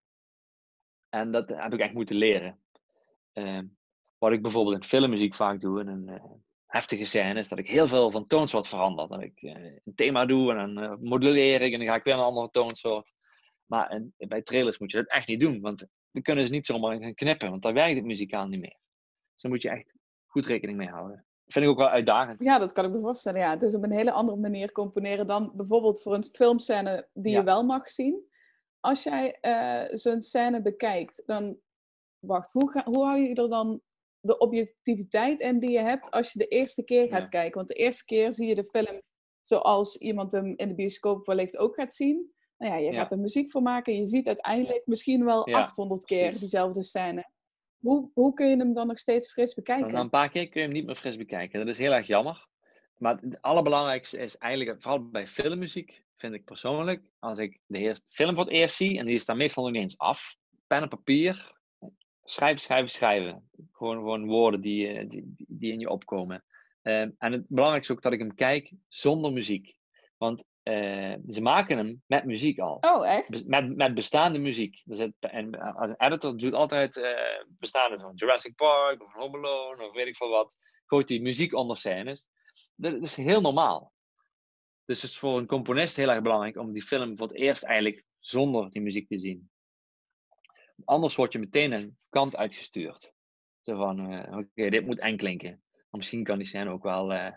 En dat heb ik echt moeten leren. Uh, wat ik bijvoorbeeld in filmmuziek vaak doe, in een uh, heftige scène, is dat ik heel veel van toonsoort verander. Dat ik uh, een thema doe en dan uh, moduleer ik en dan ga ik weer een andere toonsoort. Maar in, bij trailers moet je dat echt niet doen, want dan kunnen ze niet zomaar gaan knippen, want dan werkt het muzikaal niet meer. Dus daar moet je echt goed rekening mee houden. Dat vind ik ook wel uitdagend. Ja, dat kan ik me voorstellen. Ja. Het is op een hele andere manier componeren dan bijvoorbeeld voor een filmscène die Ja. je wel mag zien. Als jij uh, zo'n scène bekijkt, dan... Wacht, hoe, ga, hoe hou je er dan de objectiviteit in die je hebt als je de eerste keer gaat Ja. kijken? Want de eerste keer zie je de film zoals iemand hem in de bioscoop wellicht ook gaat zien. Nou ja, je Ja. gaat er muziek voor maken en je ziet uiteindelijk misschien wel Ja, achthonderd keer precies. diezelfde scène. Hoe, hoe kun je hem dan nog steeds fris bekijken? Na een paar keer kun je hem niet meer fris bekijken. Dat is heel erg jammer. Maar het allerbelangrijkste is eigenlijk, vooral bij filmmuziek, vind ik persoonlijk, als ik de eerste film voor het eerst zie, en die is dan meestal nog niet eens af, pen en papier, schrijven, schrijven, schrijven. Gewoon, gewoon woorden die, die, die in je opkomen. Uh, en het belangrijkste is ook dat ik hem kijk zonder muziek. Want uh, ze maken hem met muziek al. Oh, echt? Met, met bestaande muziek. Dus het, en als een editor doet altijd uh, bestaande van Jurassic Park of Home Alone of weet ik veel wat. Gooit die muziek onder scènes. Dat is heel normaal. Dus het is voor een componist heel erg belangrijk om die film voor het eerst eigenlijk zonder die muziek te zien. Anders word je meteen een kant uitgestuurd. Zo van, uh, oké, okay, dit moet eng klinken. Maar misschien kan die scène ook wel uh,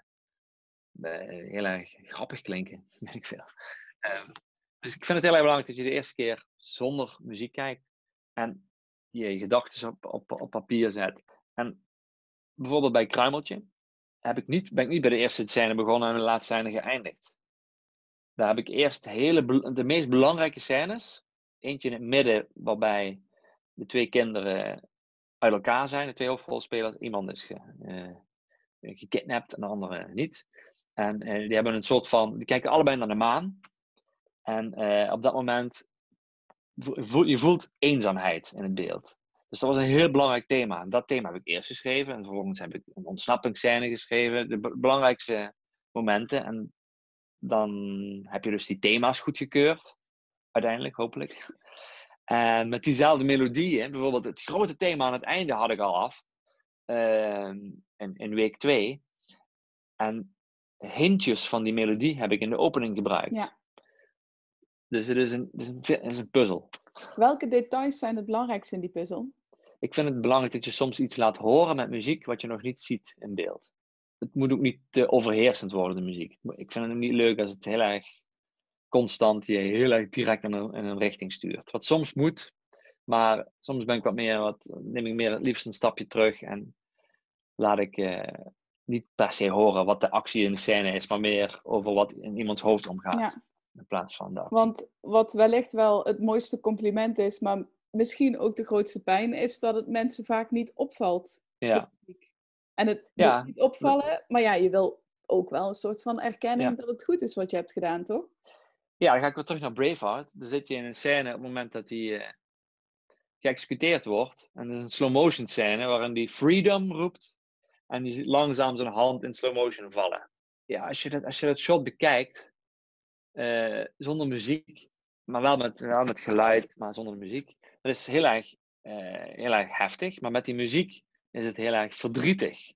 uh, heel erg grappig klinken. Weet ik veel. Uh, dus ik vind het heel erg belangrijk dat je de eerste keer zonder muziek kijkt. En je gedachten op, op, op papier zet. En bijvoorbeeld bij Kruimeltje heb ik niet, ben ik niet bij de eerste scène begonnen en de laatste scène geëindigd. Daar heb ik eerst de, hele, de meest belangrijke scènes. Eentje in het midden waarbij de twee kinderen uit elkaar zijn. De twee hoofdrolspelers. Iemand is ge, uh, gekidnapt en de andere niet. En uh, die hebben een soort van... Die kijken allebei naar de maan. En uh, op dat moment... Voel, je voelt eenzaamheid in het beeld. Dus dat was een heel belangrijk thema. En dat thema heb ik eerst geschreven. En vervolgens heb ik een ontsnappingsscène geschreven. De belangrijkste momenten. En dan heb je dus die thema's goedgekeurd. Uiteindelijk, hopelijk. En met diezelfde melodieën. Bijvoorbeeld het grote thema aan het einde had ik al af. Uh, in, in week twee. En hintjes van die melodie heb ik in de opening gebruikt. Ja. Dus het is, een, het, is een, het is een puzzel. Welke details zijn het belangrijkste in die puzzel? Ik vind het belangrijk dat je soms iets laat horen met muziek wat je nog niet ziet in beeld. Het moet ook niet te overheersend worden, de muziek. Ik vind het niet leuk als het heel erg constant je heel erg direct in een, in een richting stuurt. Wat soms moet, maar soms ben ik wat meer, wat, neem ik meer het liefst een stapje terug en laat ik uh, niet per se horen wat de actie in de scène is, maar meer over wat in iemands hoofd omgaat. Ja. In plaats van de actie. Want wat wellicht wel het mooiste compliment is, maar misschien ook de grootste pijn, is dat het mensen vaak niet opvalt. Ja. En het ja. moet niet opvallen, maar ja, je wil ook wel een soort van erkenning ja. dat het goed is wat je hebt gedaan, toch? Ja, dan ga ik weer terug naar Braveheart. Dan zit je in een scène op het moment dat die uh, geëxecuteerd wordt. En er is een slow motion scène waarin die freedom roept. En die ziet langzaam zijn hand in slow motion vallen. Ja, als je dat, als je dat shot bekijkt, uh, zonder muziek, maar wel met, wel met geluid, maar zonder muziek. Dat is heel erg, uh, heel erg heftig, maar met die muziek is het heel erg verdrietig.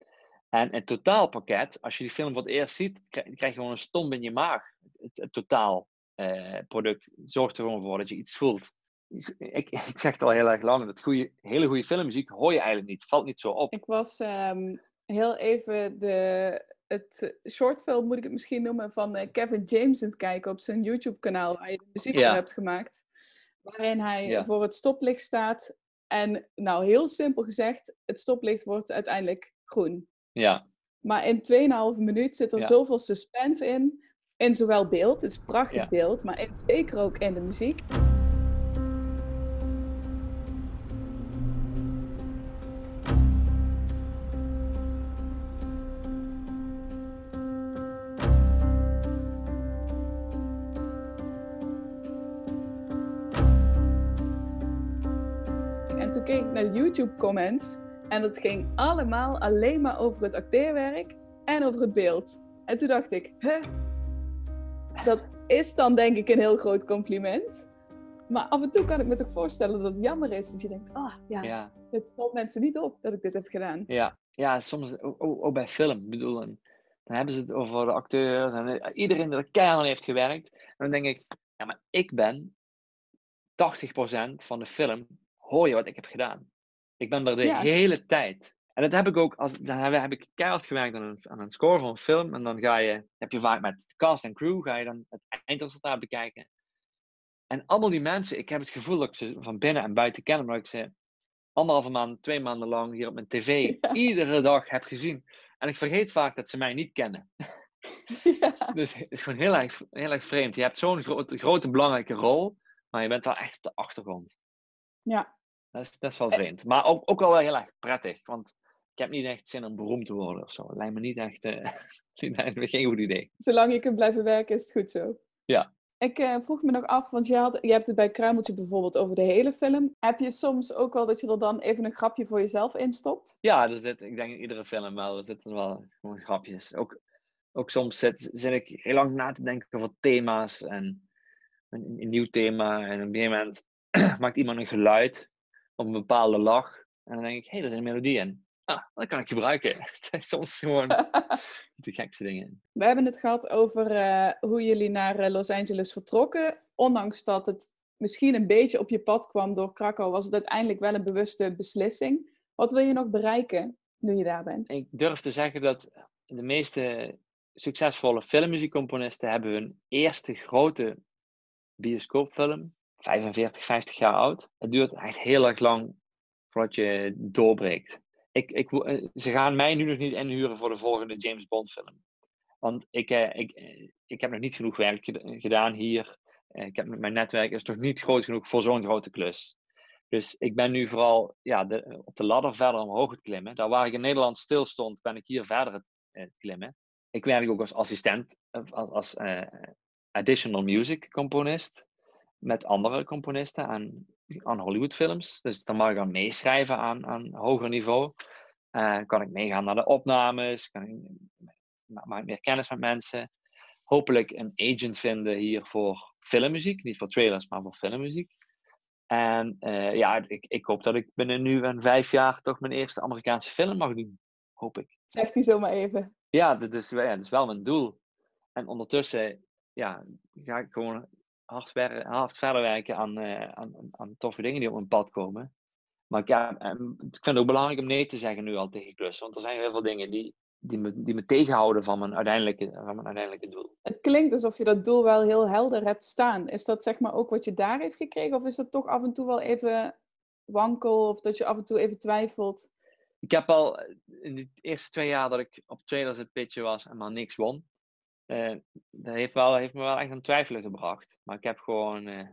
En het totaalpakket, als je die film voor het eerst ziet, krijg, krijg je gewoon een stomp in je maag. Het, het, het totaalproduct uh, zorgt er gewoon voor dat je iets voelt. Ik, ik, ik zeg het al heel erg lang, dat goeie, hele goede filmmuziek hoor je eigenlijk niet, valt niet zo op. Ik was um, heel even de, het shortfilm, moet ik het misschien noemen, van uh, Kevin James aan het kijken op zijn YouTube-kanaal, waar je de muziek ja. voor hebt gemaakt. Waarin hij ja. voor het stoplicht staat. En nou, heel simpel gezegd, het stoplicht wordt uiteindelijk groen. Ja. Maar in tweeënhalve minuut zit er ja. zoveel suspense in. In zowel beeld, het is een prachtig ja. beeld, maar in, zeker ook in de muziek. En toen keek ik naar de YouTube-comments en dat ging allemaal alleen maar over het acteerwerk en over het beeld. En toen dacht ik, huh? Dat is dan denk ik een heel groot compliment. Maar af en toe kan ik me toch voorstellen dat het jammer is. Dat je denkt, ah oh, ja, ja, het valt mensen niet op dat ik dit heb gedaan. Ja, ja soms ook, ook bij film. Ik bedoel, dan hebben ze het over de acteurs en iedereen die er keihard heeft gewerkt. En dan denk ik, ja, maar ik ben tachtig procent van de film, hoor je wat ik heb gedaan. Ik ben er de ja. hele tijd. En dat heb ik ook, als, dan heb, heb ik keihard gewerkt aan een, aan een score van een film. En dan ga je, heb je vaak met cast en crew, ga je dan het eindresultaat bekijken. En allemaal die mensen, ik heb het gevoel dat ik ze van binnen en buiten ken. Omdat ik ze anderhalve maand, twee maanden lang hier op mijn tv ja. iedere dag heb gezien. En ik vergeet vaak dat ze mij niet kennen. Ja. Dus het is gewoon heel erg, heel erg vreemd. Je hebt zo'n grote, grote belangrijke rol, maar je bent wel echt op de achtergrond. Ja. Dat is, dat is wel vreemd. Maar ook, ook wel wel heel erg prettig. Want ik heb niet echt zin om beroemd te worden of zo. Het lijkt me niet echt uh, geen goed idee. Zolang je kunt blijven werken is het goed zo. Ja. Ik uh, vroeg me nog af, want je, had, je hebt het bij Kruimeltje bijvoorbeeld over de hele film. Heb je soms ook wel dat je er dan even een grapje voor jezelf instopt? Ja, er zit, ik denk in iedere film wel. Er zitten wel gewoon grapjes. Ook, ook soms zit, zit ik heel lang na te denken over thema's. En een, een nieuw thema. En op een gegeven moment maakt iemand een geluid op een bepaalde lach. En dan denk ik, hé, hey, daar zit een melodie in. Ah, dat kan ik gebruiken. Soms gewoon de gekste dingen. We hebben het gehad over uh, hoe jullie naar uh, Los Angeles vertrokken. Ondanks dat het misschien een beetje op je pad kwam door Krakau, was het uiteindelijk wel een bewuste beslissing. Wat wil je nog bereiken nu je daar bent? Ik durf te zeggen dat de meeste succesvolle filmmuziekcomponisten hebben hun eerste grote bioscoopfilm, vijfenveertig, vijftig jaar oud. Het duurt echt heel erg lang voordat je doorbreekt. Ik, ik, ze gaan mij nu nog niet inhuren voor de volgende James Bond film. Want ik, ik, ik heb nog niet genoeg werk gedaan hier. Ik heb, mijn netwerk is nog niet groot genoeg voor zo'n grote klus. Dus ik ben nu vooral ja, de, op de ladder verder omhoog het klimmen. Daar waar ik in Nederland stil stond, ben ik hier verder het, het klimmen. Ik werk ook als assistent, als, als uh, additional music componist. Met andere componisten aan, aan Hollywoodfilms. Dus dan mag ik dan meeschrijven aan, aan hoger niveau. Uh, kan ik meegaan naar de opnames. Kan ik, maak ik meer kennis met mensen. Hopelijk een agent vinden hier voor filmmuziek. Niet voor trailers, maar voor filmmuziek. En uh, ja, ik, ik hoop dat ik binnen nu en vijf jaar toch mijn eerste Amerikaanse film mag doen. Hoop ik. Zegt hij zomaar even. Ja, dat is, ja, dat is wel mijn doel. En ondertussen ja, ga ik gewoon hard, wer- hard verder werken aan, uh, aan, aan toffe dingen die op mijn pad komen. Maar ik, ja, ik vind het ook belangrijk om nee te zeggen nu al tegen klus. Want er zijn heel veel dingen die, die, me, die me tegenhouden van mijn, uiteindelijke, van mijn uiteindelijke doel. Het klinkt alsof je dat doel wel heel helder hebt staan. Is dat zeg maar ook wat je daar heeft gekregen? Of is dat toch af en toe wel even wankel? Of dat je af en toe even twijfelt? Ik heb al in de eerste twee jaar dat ik op trailers het pitchen was en maar niks won. Uh, dat heeft, wel, heeft me wel echt aan twijfelen gebracht. Maar ik heb gewoon... Uh,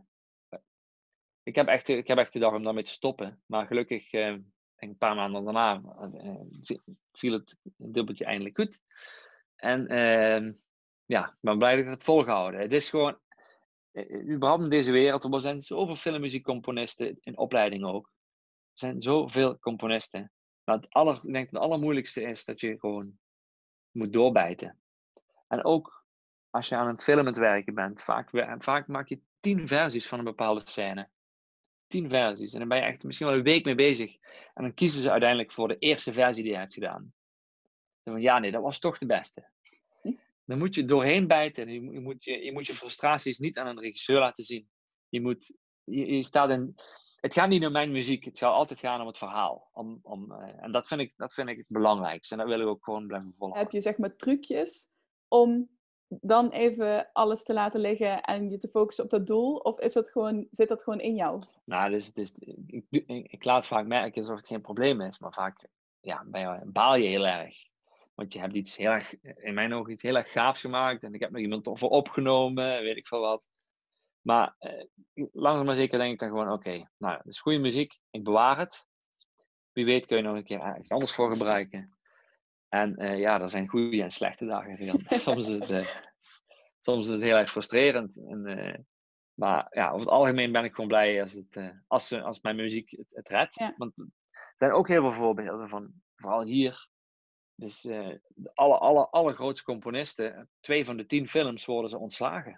ik, heb echt, ik heb echt gedacht om daarmee te stoppen. Maar gelukkig, uh, een paar maanden daarna, uh, viel het een dubbeltje eindelijk goed. En uh, ja, ik ben blij dat ik het volgehouden. Het is gewoon... Uh, überhaupt in deze wereld, er zijn zoveel filmmuziekcomponisten in opleiding ook. Er zijn zoveel componisten. Maar het aller, ik denk het allermoeilijkste is dat je gewoon moet doorbijten. En ook als je aan een film aan het werken bent, vaak, vaak maak je tien versies van een bepaalde scène. Tien versies. En dan ben je echt misschien wel een week mee bezig. En dan kiezen ze uiteindelijk voor de eerste versie die je hebt gedaan. Dan ja, nee, dat was toch de beste. Dan moet je doorheen bijten. Je, je, moet je, je moet je frustraties niet aan een regisseur laten zien. Je moet, je, je staat in... Het gaat niet om mijn muziek, het zal altijd gaan om het verhaal. Om, om, uh, en dat vind, ik, dat vind ik het belangrijkste. En dat wil ik ook gewoon blijven volgen. Heb je zeg maar trucjes om dan even alles te laten liggen en je te focussen op dat doel? Of is dat gewoon, zit dat gewoon in jou? Nou, dus, dus, ik, ik, ik laat vaak merken alsof het geen probleem is. Maar vaak ja, ben je, baal je heel erg. Want je hebt iets heel erg, in mijn ogen iets heel erg gaafs gemaakt. En ik heb nog iemand voor opgenomen, weet ik veel wat. Maar uh, langzaam maar zeker denk ik dan gewoon, oké, okay, nou, dat is goede muziek, ik bewaar het. Wie weet kun je nog een keer ergens anders voor gebruiken. En uh, ja, er zijn goede en slechte dagen. soms, is het, uh, soms is het heel erg frustrerend. En, uh, maar ja, over het algemeen ben ik gewoon blij als, het, uh, als, als mijn muziek het, het redt. Ja. Want er zijn ook heel veel voorbeelden van, vooral hier. Dus uh, de alle, alle, alle grootste componisten, twee van de tien films worden ze ontslagen.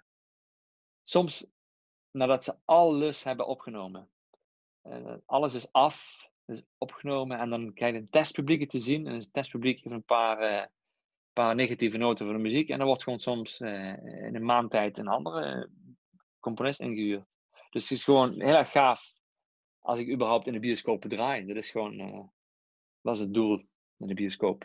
Soms nadat ze alles hebben opgenomen. Uh, alles is af, is opgenomen en dan krijg je een testpubliek te zien. En het testpubliek heeft een paar, uh, paar negatieve noten voor de muziek. En dan wordt gewoon soms uh, in een maand tijd een andere componist ingehuurd. Dus het is gewoon heel erg gaaf als ik überhaupt in de bioscopen draai. Dat is gewoon, uh, dat is het doel in de bioscoop.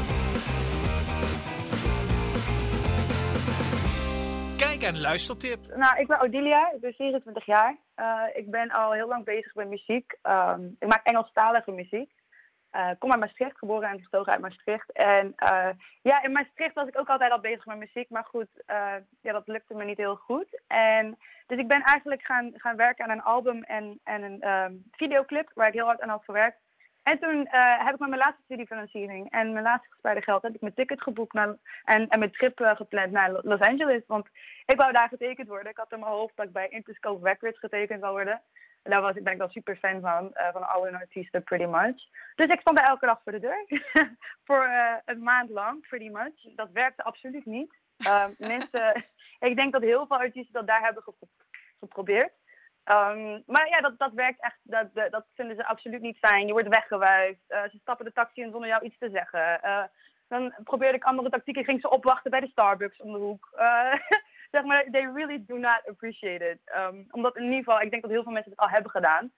En luistertip. Nou, ik ben Odilia, ik ben vierentwintig jaar. Uh, ik ben al heel lang bezig met muziek. Um, ik maak Engelstalige muziek. Uh, ik kom uit Maastricht, geboren en getogen uit Maastricht. En uh, ja, in Maastricht was ik ook altijd al bezig met muziek. Maar goed, uh, ja, dat lukte me niet heel goed. En dus ik ben eigenlijk gaan, gaan werken aan een album en, en een um, videoclip waar ik heel hard aan had gewerkt. En toen uh, heb ik met mijn laatste studiefinanciering en mijn laatste gespaarde geld heb ik mijn ticket geboekt naar, en, en mijn trip uh, gepland naar Los Angeles. Want ik wou daar getekend worden. Ik had in mijn hoofd dat ik bij Interscope Records getekend zou worden. En daar was, ben ik wel super fan van, uh, van alle artiesten pretty much. Dus ik stond daar elke dag voor de deur. voor uh, een maand lang, pretty much. Dat werkte absoluut niet. Uh, mensen, ik denk dat heel veel artiesten dat daar hebben gepro- geprobeerd. Um, maar ja, dat, dat werkt echt, dat, dat vinden ze absoluut niet fijn. Je wordt weggewuifd, uh, ze stappen de taxi in zonder jou iets te zeggen. Uh, dan probeerde ik andere tactieken, ging ze opwachten bij de Starbucks om de hoek. Uh, zeg maar, they really do not appreciate it. Um, omdat in ieder geval, ik denk dat heel veel mensen het al hebben gedaan.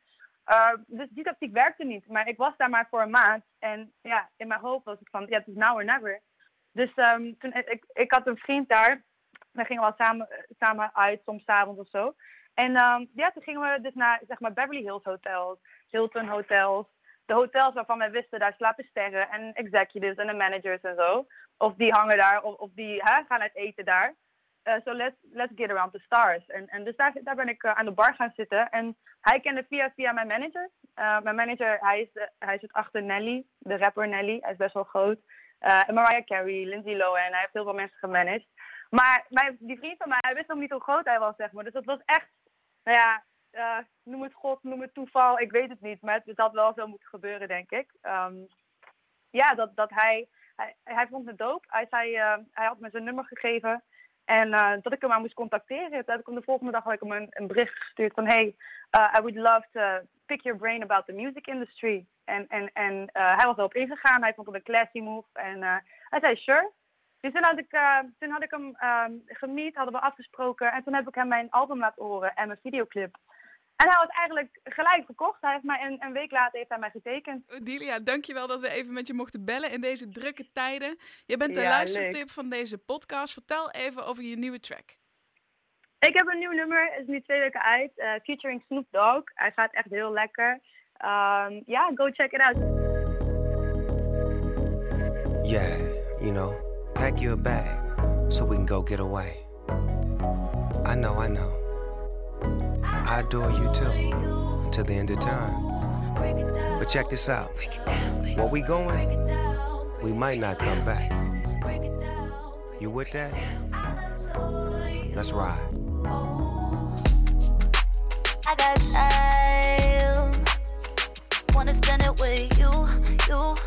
Uh, dus die tactiek werkte niet. Maar ik was daar maar voor een maand. En ja, in mijn hoofd was het van, ja, het is now or never. Dus um, toen, ik, ik had een vriend daar. We gingen wel samen, samen uit, soms 's avonds of zo. En um, ja, toen gingen we dus naar, zeg maar, Beverly Hills hotels, Hilton hotels. De hotels waarvan wij wisten, daar slapen sterren en executives en de managers en zo. Of die hangen daar, of, of die hè, gaan uit eten daar. Uh, so let's, let's get around the stars. En, en dus daar, daar ben ik uh, aan de bar gaan zitten. En hij kende via via mijn manager. Uh, mijn manager, hij, is, uh, hij zit achter Nelly, de rapper Nelly. Hij is best wel groot. Uh, en Mariah Carey, Lindsay Lohan. Hij heeft heel veel mensen gemanaged. Maar mijn, die vriend van mij, hij wist nog niet hoe groot hij was, zeg maar. Dus dat was echt, nou ja, uh, noem het God, noem het toeval. Ik weet het niet, maar het, het had wel zo moeten gebeuren, denk ik. Um, ja, dat, dat hij, hij, hij vond me dope. Hij, zei, uh, hij had me zijn nummer gegeven. En uh, dat ik hem maar moest contacteren. Toen heb ik hem de volgende dag had ik hem een, een bericht gestuurd van... Hey, uh, I would love to pick your brain about the music industry. En, en, en uh, hij was erop ingegaan. Hij vond het een classy move. En uh, hij zei, sure. Dus toen had ik, uh, toen had ik hem um, gemeet, hadden we afgesproken. En toen heb ik hem mijn album laten horen en mijn videoclip. En hij was eigenlijk gelijk verkocht. Hij heeft mij een, een week later heeft hij mij getekend. Odilia, dankjewel dat we even met je mochten bellen in deze drukke tijden. Je bent de ja, luistertip leuk. van deze podcast. Vertel even over je nieuwe track. Ik heb een nieuw nummer. Het is nu twee weken uit. Uh, featuring Snoop Dogg. Hij gaat echt heel lekker. Ja, um, yeah, go check it out. Yeah, you know, pack your bag so we can go get away. I know, I know. I adore you too, until the end of time. But check this out. Where we going, we might not come back. You with that? Let's ride. I got time. Wanna spend it with you, you.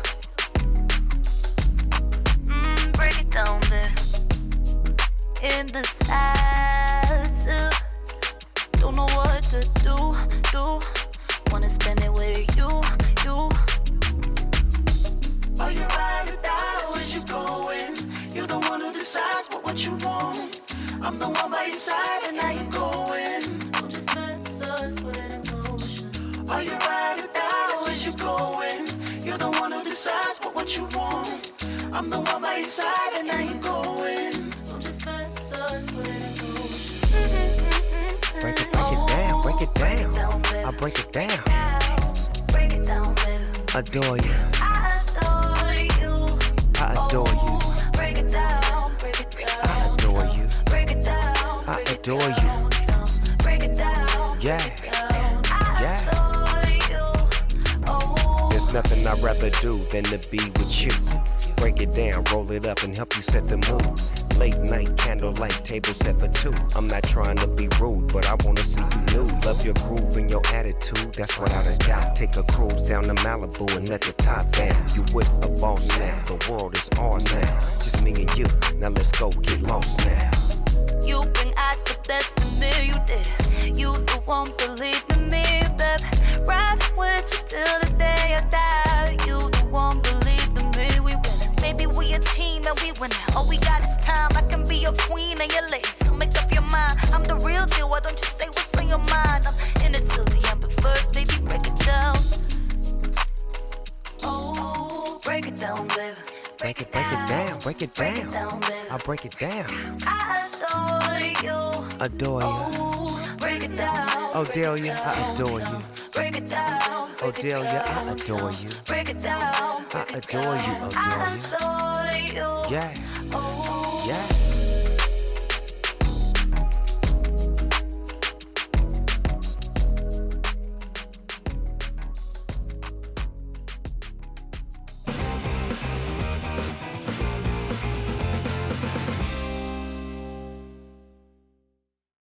Mm, break it down, man. In the size. Uh, Don't know what to do, do. Wanna spend it with you, you. Are you riding down? Where's you going? You're the one who decides what, what you want. I'm the one by your side and now you're going. Don't just mess us, put it in motion. Are you riding down? Where's you going? You're the one who decides what, what you want. I'm the one by your side and now you're going. Don't just mess us, put it in motion. Break it, break it down, break it down. I'll break it down. Break it down, baby. Adore you. I adore you. I adore you. Break it down, break it down. I adore you. Break it down. I adore you. Break it down. Yeah. I Yeah. adore you. Oh. There's nothing I'd rather do than to be with you. Break it down, roll it up and help you set the mood. Late night, candlelight, table set for two. I'm not trying to be rude, but I wanna see you nude. Love your groove and your attitude, that's without a doubt. Take a cruise down to Malibu and let the top down. You with a boss now, the world is ours now. Just me and you, now let's go get lost now. You bring out the best in me, you did. You the one believe in me, baby. Ride with you till the day I die. You the one believe in me, we win. Maybe we a team and we win. All we got is time. I can be your queen and your lady, so make up your mind. I'm the real deal, why don't you say what's on your mind? I'm in it till the end, but first, baby, break it down. Oh, break it down, baby. Break it, break it down, break it down. I'll break it down. I adore you. Adore you. Oh, break it down. Oh, Delia, I adore you. Break it down. Oh, Delia, I adore you. Break it down. I adore you, oh, Delia. I adore you. Yeah. Oh. Yeah.